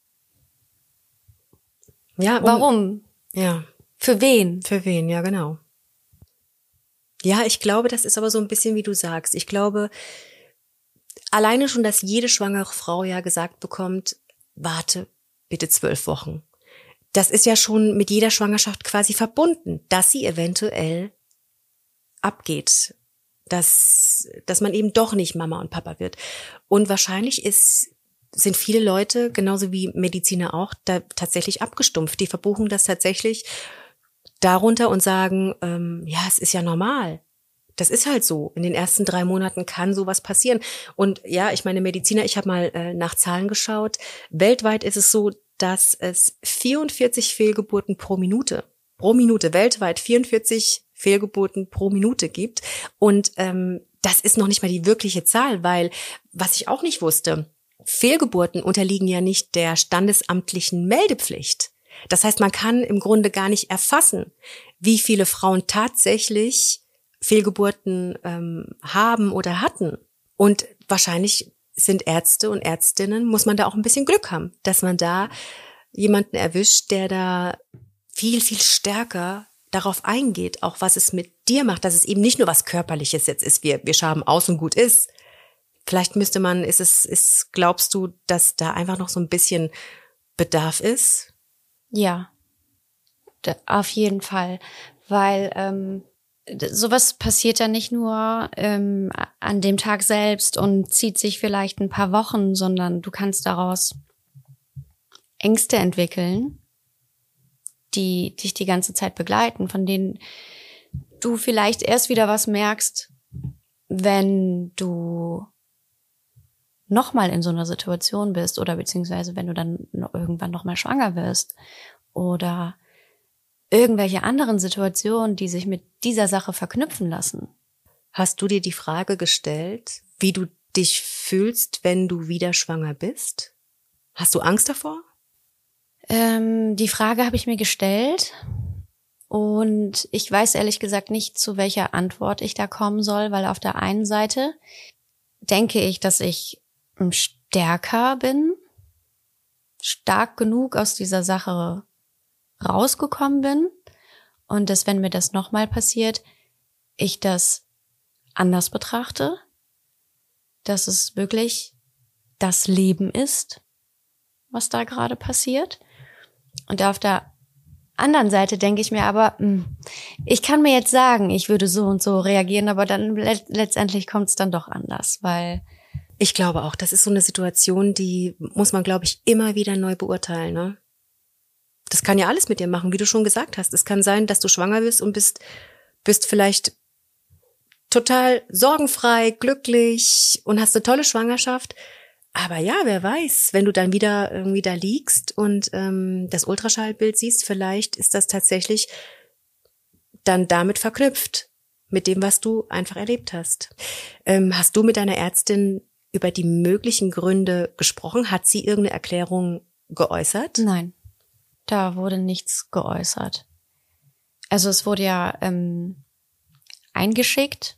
Ja, um, warum? Ja. Für wen? Für wen, ja, genau. Ja, ich glaube, das ist aber so ein bisschen, wie du sagst. Ich glaube, alleine schon, dass jede schwangere Frau ja gesagt bekommt, warte bitte zwölf Wochen. Das ist ja schon mit jeder Schwangerschaft quasi verbunden, dass sie eventuell abgeht. Dass, dass man eben doch nicht Mama und Papa wird. Und wahrscheinlich ist, sind viele Leute, genauso wie Mediziner auch, da tatsächlich abgestumpft. Die verbuchen das tatsächlich darunter und sagen, ähm, ja, es ist ja normal. Das ist halt so. In den ersten drei Monaten kann sowas passieren. Und ja, ich meine Mediziner, ich habe mal äh, nach Zahlen geschaut. Weltweit ist es so, dass es vierundvierzig Fehlgeburten pro Minute, pro Minute weltweit vierundvierzig Fehlgeburten pro Minute gibt. Und ähm, das ist noch nicht mal die wirkliche Zahl, weil, was ich auch nicht wusste, Fehlgeburten unterliegen ja nicht der standesamtlichen Meldepflicht. Das heißt, man kann im Grunde gar nicht erfassen, wie viele Frauen tatsächlich Fehlgeburten ähm, haben oder hatten. Und wahrscheinlich sind Ärzte und Ärztinnen, muss man da auch ein bisschen Glück haben, dass man da jemanden erwischt, der da viel, viel stärker darauf eingeht, auch was es mit dir macht, dass es eben nicht nur was Körperliches jetzt ist, wir, wir schaben aus und gut ist. Vielleicht müsste man, ist es, ist, glaubst du, dass da einfach noch so ein bisschen Bedarf ist? Ja, auf jeden Fall, weil ähm, sowas passiert ja nicht nur ähm, an dem Tag selbst und zieht sich vielleicht ein paar Wochen, sondern du kannst daraus Ängste entwickeln, die dich die ganze Zeit begleiten, von denen du vielleicht erst wieder was merkst, wenn du nochmal in so einer Situation bist oder beziehungsweise wenn du dann irgendwann nochmal schwanger wirst oder irgendwelche anderen Situationen, die sich mit dieser Sache verknüpfen lassen. Hast du dir die Frage gestellt, wie du dich fühlst, wenn du wieder schwanger bist? Hast du Angst davor? Ähm, die Frage habe ich mir gestellt und ich weiß ehrlich gesagt nicht, zu welcher Antwort ich da kommen soll, weil auf der einen Seite denke ich, dass ich stärker bin, stark genug aus dieser Sache rausgekommen bin und dass, wenn mir das nochmal passiert, ich das anders betrachte, dass es wirklich das Leben ist, was da gerade passiert. Und auf der anderen Seite denke ich mir aber, mh, ich kann mir jetzt sagen, ich würde so und so reagieren, aber dann le- letztendlich kommt es dann doch anders, weil ich glaube auch, das ist so eine Situation, die muss man, glaube ich, immer wieder neu beurteilen, ne? Das kann ja alles mit dir machen, wie du schon gesagt hast. Es kann sein, dass du schwanger bist und bist, bist vielleicht total sorgenfrei, glücklich und hast eine tolle Schwangerschaft. Aber ja, wer weiß, wenn du dann wieder irgendwie da liegst und ähm, das Ultraschallbild siehst, vielleicht ist das tatsächlich dann damit verknüpft, mit dem, was du einfach erlebt hast. Ähm, hast du mit deiner Ärztin über die möglichen Gründe gesprochen? Hat sie irgendeine Erklärung geäußert? Nein. Da wurde nichts geäußert. Also es wurde ja ähm, eingeschickt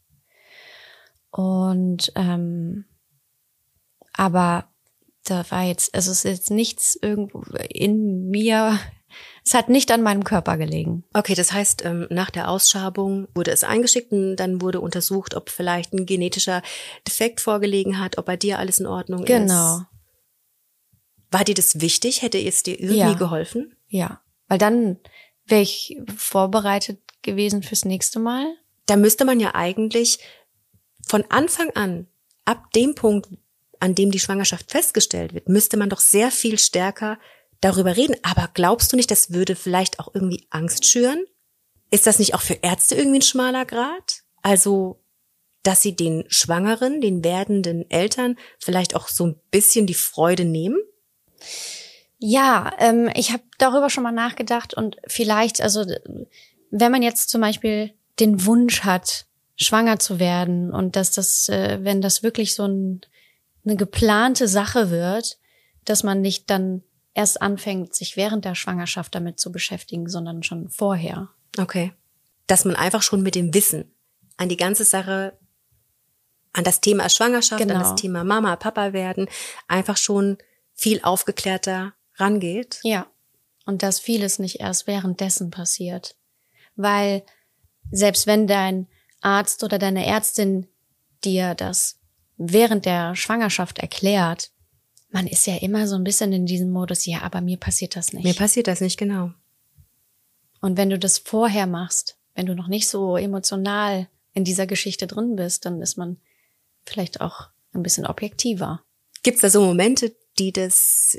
und ähm, aber da war jetzt, also es ist jetzt nichts irgendwo in mir, es hat nicht an meinem Körper gelegen. Okay, das heißt, ähm, nach der Ausschabung wurde es eingeschickt und dann wurde untersucht, ob vielleicht ein genetischer Defekt vorgelegen hat, ob bei dir alles in Ordnung genau. ist. Genau. War dir das wichtig? Hätte es dir irgendwie ja. geholfen? Ja, weil dann wäre ich vorbereitet gewesen fürs nächste Mal. Da müsste man ja eigentlich von Anfang an, ab dem Punkt, an dem die Schwangerschaft festgestellt wird, müsste man doch sehr viel stärker darüber reden. Aber glaubst du nicht, das würde vielleicht auch irgendwie Angst schüren? Ist das nicht auch für Ärzte irgendwie ein schmaler Grat? Also, dass sie den Schwangeren, den werdenden Eltern vielleicht auch so ein bisschen die Freude nehmen? Ja, ähm, ich habe darüber schon mal nachgedacht und vielleicht, also wenn man jetzt zum Beispiel den Wunsch hat, schwanger zu werden und dass das, äh, wenn das wirklich so ein, eine geplante Sache wird, dass man nicht dann erst anfängt, sich während der Schwangerschaft damit zu beschäftigen, sondern schon vorher. Okay. Dass man einfach schon mit dem Wissen an die ganze Sache, an das Thema Schwangerschaft, genau. an das Thema Mama, Papa werden, einfach schon viel aufgeklärter rangeht. Ja, und dass vieles nicht erst währenddessen passiert. Weil selbst wenn dein Arzt oder deine Ärztin dir das während der Schwangerschaft erklärt, man ist ja immer so ein bisschen in diesem Modus, ja, aber mir passiert das nicht. Mir passiert das nicht, genau. Und wenn du das vorher machst, wenn du noch nicht so emotional in dieser Geschichte drin bist, dann ist man vielleicht auch ein bisschen objektiver. Gibt's da so Momente, die das,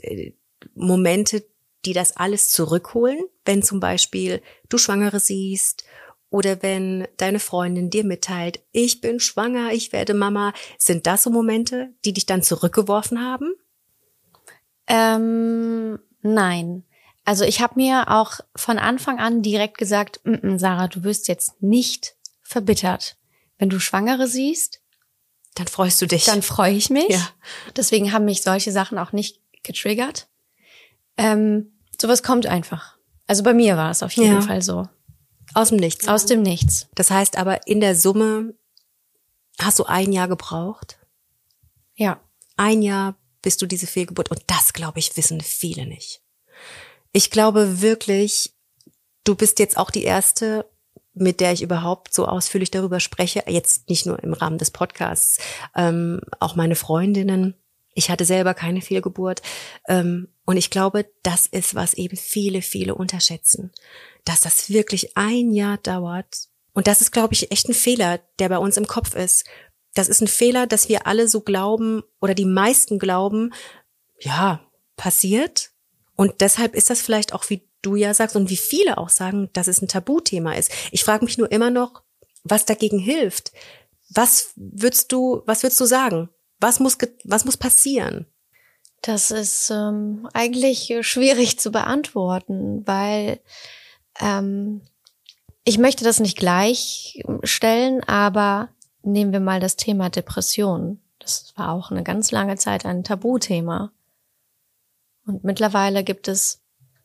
Momente, die das alles zurückholen, wenn zum Beispiel du Schwangere siehst oder wenn deine Freundin dir mitteilt, ich bin schwanger, ich werde Mama, sind das so Momente, die dich dann zurückgeworfen haben? Ähm, nein. Also ich habe mir auch von Anfang an direkt gesagt, Sarah, du wirst jetzt nicht verbittert. Wenn du Schwangere siehst, dann freust du dich. Dann freue ich mich. Ja. Deswegen haben mich solche Sachen auch nicht getriggert. Ähm, sowas kommt einfach. Also bei mir war es auf jeden ja. Fall so. Aus dem Nichts. Aus dem Nichts. Das heißt aber, in der Summe hast du ein Jahr gebraucht? Ja. Ein Jahr, bis du diese Fehlgeburt, und das, glaube ich, wissen viele nicht. Ich glaube wirklich, du bist jetzt auch die Erste, mit der ich überhaupt so ausführlich darüber spreche, jetzt nicht nur im Rahmen des Podcasts, ähm, auch meine Freundinnen. Ich hatte selber keine Fehlgeburt. Ähm, und ich glaube, das ist, was eben viele, viele unterschätzen. Dass das wirklich ein Jahr dauert. Und das ist, glaube ich, echt ein Fehler, der bei uns im Kopf ist. Das ist ein Fehler, dass wir alle so glauben, oder die meisten glauben, ja, passiert. Und deshalb ist das vielleicht auch, wie du ja sagst und wie viele auch sagen, dass es ein Tabuthema ist. Ich frage mich nur immer noch, was dagegen hilft. Was würdest du, was würdest du sagen? Was muss, was muss passieren? Das ist ähm, eigentlich schwierig zu beantworten, weil ähm, ich möchte das nicht gleichstellen, aber nehmen wir mal das Thema Depression. Das war auch eine ganz lange Zeit ein Tabuthema. Und mittlerweile gibt es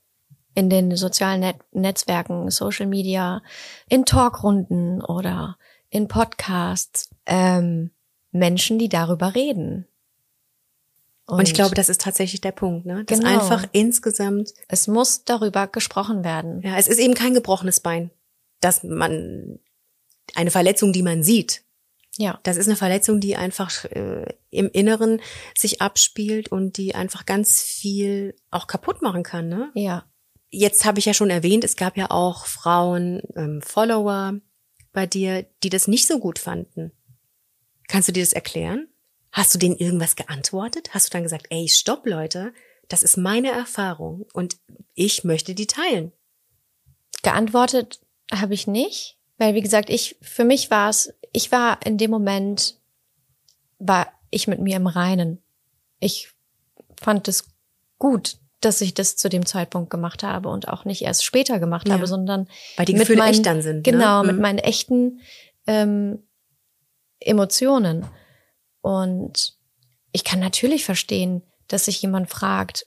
in den sozialen Net- Netzwerken, Social Media, in Talkrunden oder in Podcasts ähm, Menschen, die darüber reden. Und, Und ich glaube, das ist tatsächlich der Punkt, ne? Dass genau. einfach insgesamt, es muss darüber gesprochen werden. Ja, es ist eben kein gebrochenes Bein, dass man eine Verletzung, die man sieht. Ja. Das ist eine Verletzung, die einfach äh, im Inneren sich abspielt und die einfach ganz viel auch kaputt machen kann, ne? Ja. Jetzt habe ich ja schon erwähnt, es gab ja auch Frauen, ähm, Follower bei dir, die das nicht so gut fanden. Kannst du dir das erklären? Hast du denen irgendwas geantwortet? Hast du dann gesagt, ey, stopp, Leute, das ist meine Erfahrung und ich möchte die teilen? Geantwortet habe ich nicht, weil wie gesagt, ich für mich war es, ich war in dem Moment, war ich mit mir im Reinen. Ich fand es gut, dass ich das zu dem Zeitpunkt gemacht habe und auch nicht erst später gemacht ja. habe, sondern weil die mit Gefühle meinen, echt dann sind. Genau, ne? mit meinen echten ähm, Emotionen. Und ich kann natürlich verstehen, dass sich jemand fragt,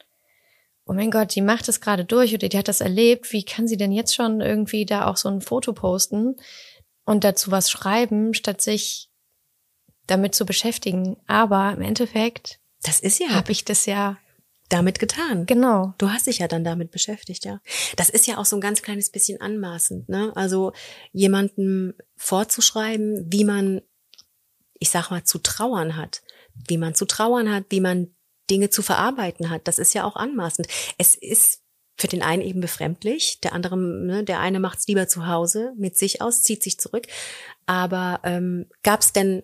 oh mein Gott, die macht das gerade durch oder die hat das erlebt, wie kann sie denn jetzt schon irgendwie da auch so ein Foto posten und dazu was schreiben, statt sich damit zu beschäftigen. Aber im Endeffekt das ist ja habe ich das ja damit getan. Genau. Du hast dich ja dann damit beschäftigt, ja. Das ist ja auch so ein ganz kleines bisschen anmaßend, ne? Also jemandem vorzuschreiben, wie man, ich sag mal, zu trauern hat, wie man zu trauern hat, wie man Dinge zu verarbeiten hat, das ist ja auch anmaßend. Es ist für den einen eben befremdlich, der andere, ne, der eine macht's lieber zu Hause mit sich aus, zieht sich zurück. Aber ähm, gab's denn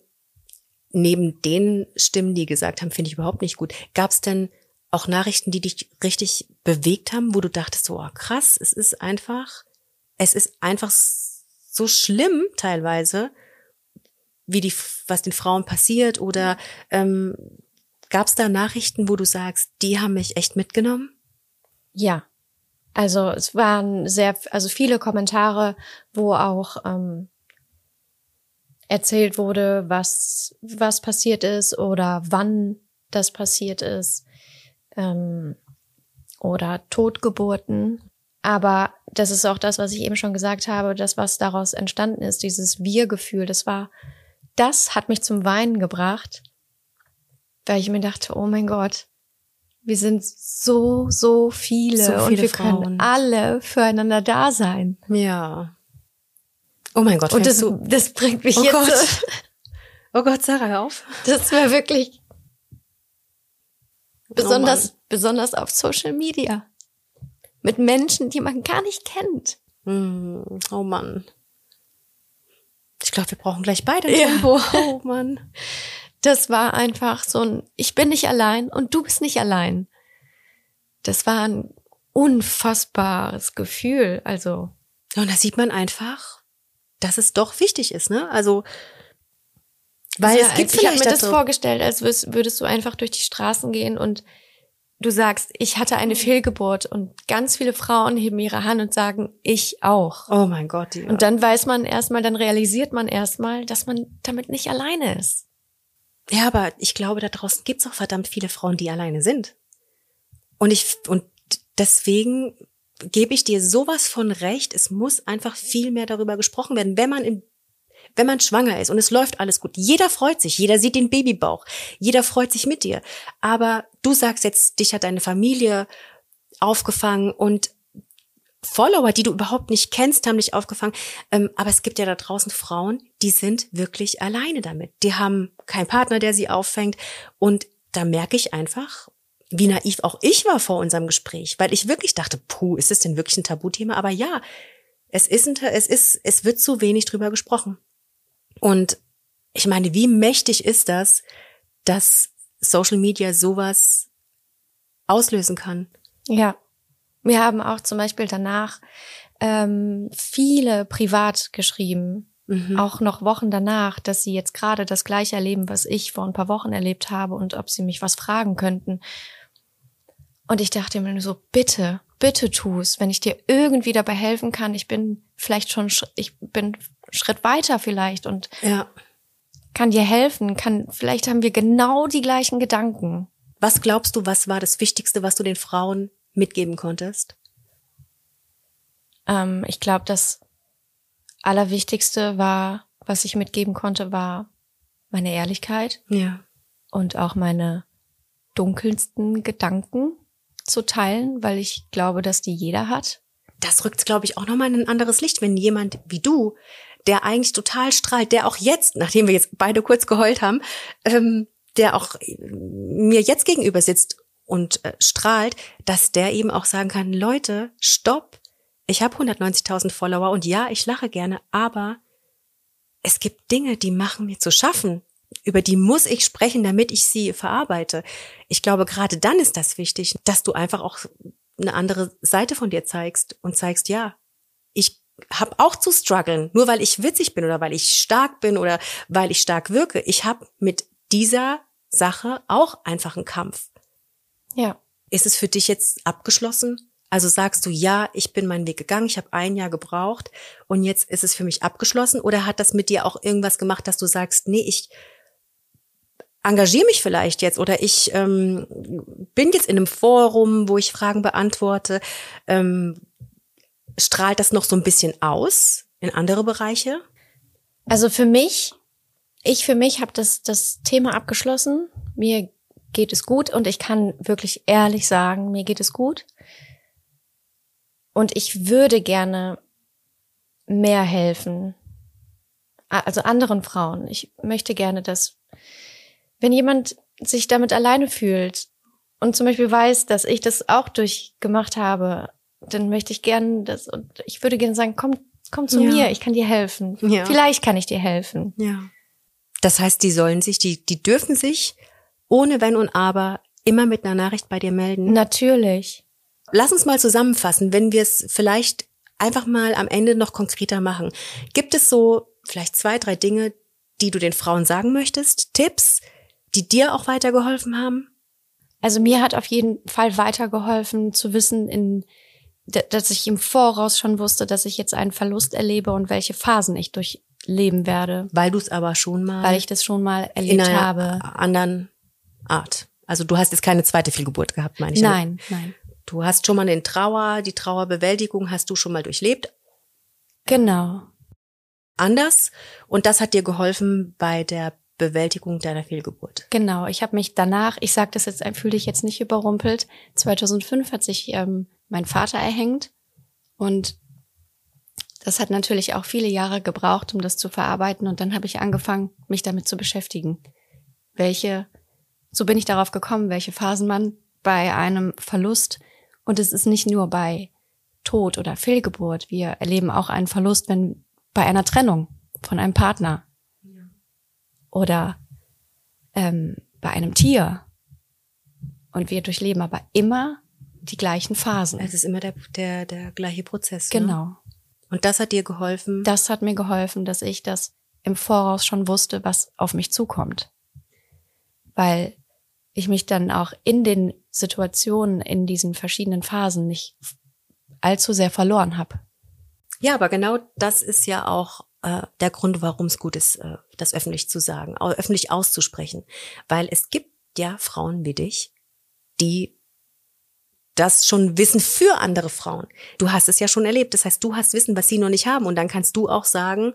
neben den Stimmen, die gesagt haben, finde ich überhaupt nicht gut, gab's denn auch Nachrichten, die dich richtig bewegt haben, wo du dachtest, so, oh, krass, es ist einfach, es ist einfach so schlimm teilweise, wie die, was den Frauen passiert, oder ähm, gab es da Nachrichten, wo du sagst, die haben mich echt mitgenommen? Ja, also es waren sehr, also viele Kommentare, wo auch ähm, erzählt wurde, was was passiert ist oder wann das passiert ist. Ähm, oder Totgeburten. Aber das ist auch das, was ich eben schon gesagt habe, das, was daraus entstanden ist, dieses Wir-Gefühl, das war, das hat mich zum Weinen gebracht, weil ich mir dachte, oh mein Gott, wir sind so, so viele, so viele und wir Frauen. können alle füreinander da sein. Ja. Oh mein Gott. Und das, du? das bringt mich oh jetzt... Gott. Oh Gott, Sarah, hör auf. Das war wirklich... Besonders, oh besonders auf Social Media. Mit Menschen, die man gar nicht kennt. Mm, oh Mann. Ich glaube, wir brauchen gleich beide Ja. Tempo. Oh Mann. Das war einfach so ein, ich bin nicht allein und du bist nicht allein. Das war ein unfassbares Gefühl. Also Und da sieht man einfach, dass es doch wichtig ist, ne? Also, weil ja, es gibt ich vielleicht habe mir das dazu- vorgestellt, als würdest, würdest du einfach durch die Straßen gehen und du sagst, ich hatte eine Fehlgeburt und ganz viele Frauen heben ihre Hand und sagen, ich auch. Oh mein Gott. Ja. Und dann weiß man erstmal, dann realisiert man erstmal, dass man damit nicht alleine ist. Ja, aber ich glaube, da draußen gibt's auch verdammt viele Frauen, die alleine sind. Und ich, und deswegen gebe ich dir sowas von recht. Es muss einfach viel mehr darüber gesprochen werden, wenn man in Wenn man schwanger ist und es läuft alles gut, jeder freut sich, jeder sieht den Babybauch, jeder freut sich mit dir. Aber du sagst jetzt, dich hat deine Familie aufgefangen und Follower, die du überhaupt nicht kennst, haben dich aufgefangen. Ähm, aber es gibt ja da draußen Frauen, die sind wirklich alleine damit. Die haben keinen Partner, der sie auffängt. Und da merke ich einfach, wie naiv auch ich war vor unserem Gespräch, weil ich wirklich dachte, puh, ist das denn wirklich ein Tabuthema? Aber ja, es ist, ein, es ist, es wird zu wenig drüber gesprochen. Und ich meine, wie mächtig ist das, dass Social Media sowas auslösen kann? Ja, wir haben auch zum Beispiel danach ähm, viele privat geschrieben, mhm. auch noch Wochen danach, dass sie jetzt gerade das Gleiche erleben, was ich vor ein paar Wochen erlebt habe und ob sie mich was fragen könnten. Und ich dachte mir nur so, bitte, bitte tu's, wenn ich dir irgendwie dabei helfen kann. Ich bin vielleicht schon, ich bin Schritt weiter vielleicht und ja. kann dir helfen, kann, vielleicht haben wir genau die gleichen Gedanken. Was glaubst du, was war das Wichtigste, was du den Frauen mitgeben konntest? Ähm, ich glaube, das Allerwichtigste war, was ich mitgeben konnte, war meine Ehrlichkeit. Ja. Und auch meine dunkelsten Gedanken zu teilen, weil ich glaube, dass die jeder hat. Das rückt, glaube ich, auch nochmal in ein anderes Licht, wenn jemand wie du, der eigentlich total strahlt, der auch jetzt, nachdem wir jetzt beide kurz geheult haben, ähm, der auch mir jetzt gegenüber sitzt und äh, strahlt, dass der eben auch sagen kann, Leute, stopp, ich habe hundertneunzigtausend Follower und ja, ich lache gerne, aber es gibt Dinge, die machen mir zu schaffen. Über die muss ich sprechen, damit ich sie verarbeite. Ich glaube, gerade dann ist das wichtig, dass du einfach auch eine andere Seite von dir zeigst und zeigst, ja, ich habe auch zu strugglen, nur weil ich witzig bin oder weil ich stark bin oder weil ich stark wirke. Ich habe mit dieser Sache auch einfach einen Kampf. Ja. Ist es für dich jetzt abgeschlossen? Also sagst du, ja, ich bin meinen Weg gegangen, ich habe ein Jahr gebraucht und jetzt ist es für mich abgeschlossen? Oder hat das mit dir auch irgendwas gemacht, dass du sagst, nee, ich engagiere mich vielleicht jetzt oder ich ähm, bin jetzt in einem Forum, wo ich Fragen beantworte. Ähm, strahlt das noch so ein bisschen aus in andere Bereiche? Also für mich, ich für mich habe das, das Thema abgeschlossen. Mir geht es gut und ich kann wirklich ehrlich sagen, mir geht es gut. Und ich würde gerne mehr helfen. Also anderen Frauen. Ich möchte gerne, dass wenn jemand sich damit alleine fühlt und zum Beispiel weiß, dass ich das auch durchgemacht habe, dann möchte ich gerne das und ich würde gerne sagen, komm, komm zu ja. mir, ich kann dir helfen. Ja. Vielleicht kann ich dir helfen. Ja. Das heißt, die sollen sich, die, die dürfen sich ohne Wenn und Aber immer mit einer Nachricht bei dir melden. Natürlich. Lass uns mal zusammenfassen, wenn wir es vielleicht einfach mal am Ende noch konkreter machen. Gibt es so vielleicht zwei, drei Dinge, die du den Frauen sagen möchtest? Tipps, die dir auch weitergeholfen haben? Also mir hat auf jeden Fall weitergeholfen zu wissen, in, dass ich im Voraus schon wusste, dass ich jetzt einen Verlust erlebe und welche Phasen ich durchleben werde. Weil du es aber schon mal... Weil ich das schon mal erlebt in einer habe. anderen Art. Also du hast jetzt keine zweite Fehlgeburt gehabt, meine ich. Nein, nein. Du hast schon mal den Trauer, die Trauerbewältigung hast du schon mal durchlebt. Genau. Anders. Und das hat dir geholfen bei der Bewältigung deiner Fehlgeburt. Genau. Ich habe mich danach, ich sage das jetzt, fühle dich jetzt nicht überrumpelt. zweitausendfünf hat sich ähm, mein Vater erhängt. Und das hat natürlich auch viele Jahre gebraucht, um das zu verarbeiten. Und dann habe ich angefangen, mich damit zu beschäftigen. Welche, so bin ich darauf gekommen, welche Phasen man bei einem Verlust, und es ist nicht nur bei Tod oder Fehlgeburt, wir erleben auch einen Verlust, wenn bei einer Trennung von einem Partner ja. oder ähm, bei einem Tier. Und wir durchleben aber immer die gleichen Phasen. Es ist immer der der der gleiche Prozess. Genau. Ne? Und das hat dir geholfen? Das hat mir geholfen, dass ich das im Voraus schon wusste, was auf mich zukommt. Weil ich mich dann auch in den Situationen, in diesen verschiedenen Phasen nicht allzu sehr verloren habe. Ja, aber genau das ist ja auch äh, der Grund, warum es gut ist, äh, das öffentlich zu sagen, au- öffentlich auszusprechen. Weil es gibt ja Frauen wie dich, die das schon wissen für andere Frauen. Du hast es ja schon erlebt. Das heißt, du hast Wissen, was sie noch nicht haben. Und dann kannst du auch sagen,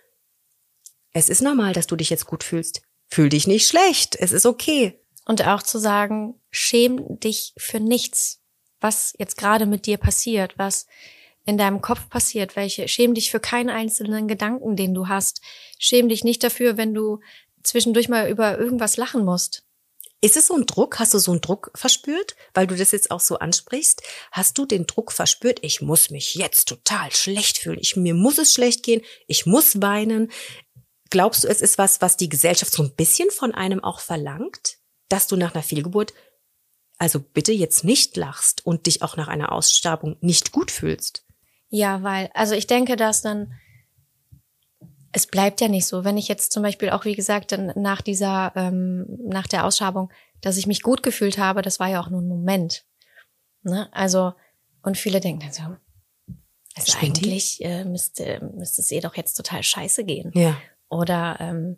es ist normal, dass du dich jetzt gut fühlst. Fühl dich nicht schlecht. Es ist okay. Und auch zu sagen, schäm dich für nichts, was jetzt gerade mit dir passiert, was in deinem Kopf passiert, welche, schäm dich für keinen einzelnen Gedanken, den du hast. Schäm dich nicht dafür, wenn du zwischendurch mal über irgendwas lachen musst. Ist es so ein Druck? Hast du so einen Druck verspürt? Weil du das jetzt auch so ansprichst. Hast du den Druck verspürt? Ich muss mich jetzt total schlecht fühlen. Ich, mir muss es schlecht gehen. Ich muss weinen. Glaubst du, es ist was, was die Gesellschaft so ein bisschen von einem auch verlangt? Dass du nach einer Fehlgeburt also bitte jetzt nicht lachst und dich auch nach einer Ausstabung nicht gut fühlst? Ja, weil, also ich denke, dass dann, es bleibt ja nicht so. Wenn ich jetzt zum Beispiel auch, wie gesagt, dann nach dieser, ähm, nach der Ausschabung, dass ich mich gut gefühlt habe, das war ja auch nur ein Moment. Ne? Also, und viele denken dann so, also eigentlich äh, müsste, müsste es ihr doch jetzt total scheiße gehen. Ja. Oder ähm,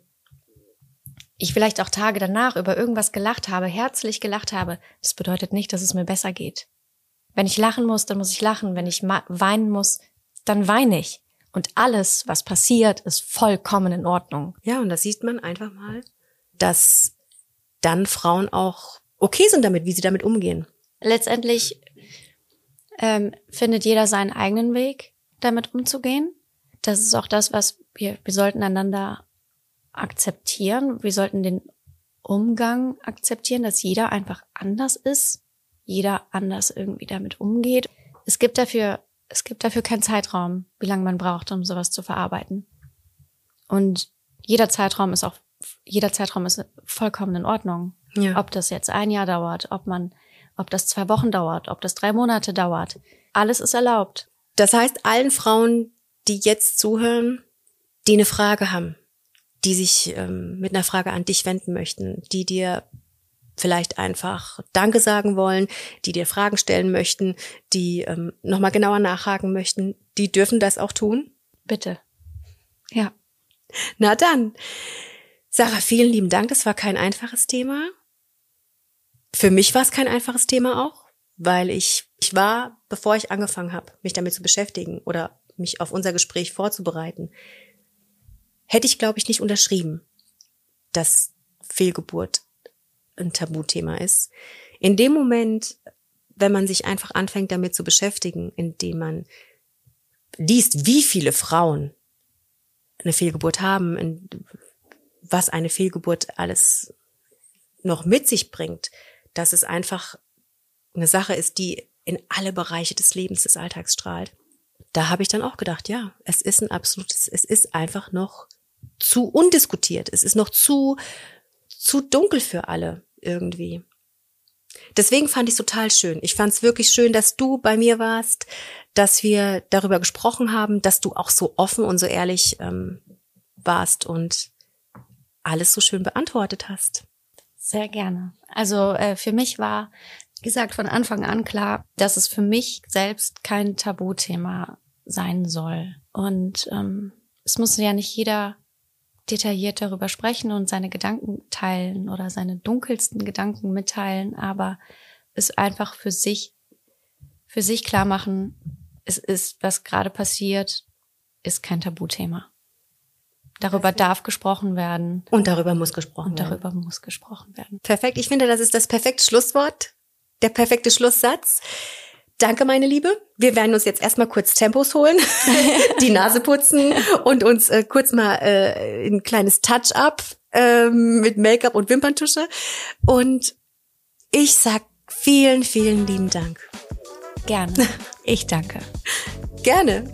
ich vielleicht auch Tage danach über irgendwas gelacht habe, herzlich gelacht habe. Das bedeutet nicht, dass es mir besser geht. Wenn ich lachen muss, dann muss ich lachen. Wenn ich ma- weinen muss, dann weine ich. Und alles, was passiert, ist vollkommen in Ordnung. Ja, und da sieht man einfach mal, dass dann Frauen auch okay sind damit, wie sie damit umgehen. Letztendlich ähm, findet jeder seinen eigenen Weg, damit umzugehen. Das ist auch das, was wir, wir sollten einander akzeptieren. Wir sollten den Umgang akzeptieren, dass jeder einfach anders ist. Jeder anders irgendwie damit umgeht. Es gibt dafür, es gibt dafür keinen Zeitraum, wie lange man braucht, um sowas zu verarbeiten. Und jeder Zeitraum ist auch, jeder Zeitraum ist vollkommen in Ordnung. Ja. Ob das jetzt ein Jahr dauert, ob man, ob das zwei Wochen dauert, ob das drei Monate dauert. Alles ist erlaubt. Das heißt, allen Frauen, die jetzt zuhören, die eine Frage haben, die sich ähm, mit einer Frage an dich wenden möchten, die dir vielleicht einfach Danke sagen wollen, die dir Fragen stellen möchten, die ähm, nochmal genauer nachhaken möchten, die dürfen das auch tun? Bitte. Ja. Na dann. Sarah, vielen lieben Dank. Das war kein einfaches Thema. Für mich war es kein einfaches Thema auch, weil ich, ich war, bevor ich angefangen habe, mich damit zu beschäftigen oder mich auf unser Gespräch vorzubereiten, hätte ich, glaube ich, nicht unterschrieben, dass Fehlgeburt ein Tabuthema ist. In dem Moment, wenn man sich einfach anfängt, damit zu beschäftigen, indem man liest, wie viele Frauen eine Fehlgeburt haben, in, was eine Fehlgeburt alles noch mit sich bringt, dass es einfach eine Sache ist, die in alle Bereiche des Lebens, des Alltags strahlt. Da habe ich dann auch gedacht, ja, es ist ein absolutes, es ist einfach noch zu undiskutiert. Es ist noch zu zu dunkel für alle irgendwie. Deswegen fand ich es total schön. Ich fand es wirklich schön, dass du bei mir warst, dass wir darüber gesprochen haben, dass du auch so offen und so ehrlich ähm, warst und alles so schön beantwortet hast. Sehr gerne. Also äh, für mich war, wie gesagt, von Anfang an klar, dass es für mich selbst kein Tabuthema sein soll. Und ähm, es muss ja nicht jeder detailliert darüber sprechen und seine Gedanken teilen oder seine dunkelsten Gedanken mitteilen, aber es einfach für sich, für sich klar machen, es ist, was gerade passiert, ist kein Tabuthema. Darüber darf gesprochen werden. Und darüber muss gesprochen und werden. Und darüber muss gesprochen werden. Perfekt. Ich finde, das ist das perfekte Schlusswort, der perfekte Schlusssatz. Danke, meine Liebe. Wir werden uns jetzt erstmal kurz Tempos holen, die Nase putzen und uns äh, kurz mal äh, ein kleines Touch-up äh, mit Make-up und Wimperntusche. Und ich sag vielen, vielen lieben Dank. Gerne. Ich danke. Gerne.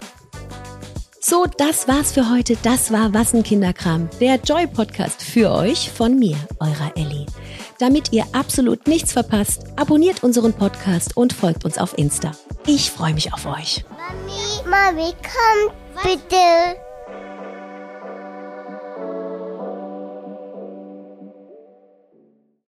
So, das war's für heute. Das war Was ein Kinderkram, der Joy-Podcast für euch von mir, eurer Elli. Damit ihr absolut nichts verpasst, abonniert unseren Podcast und folgt uns auf Insta. Ich freue mich auf euch. Mami. Mami, komm bitte.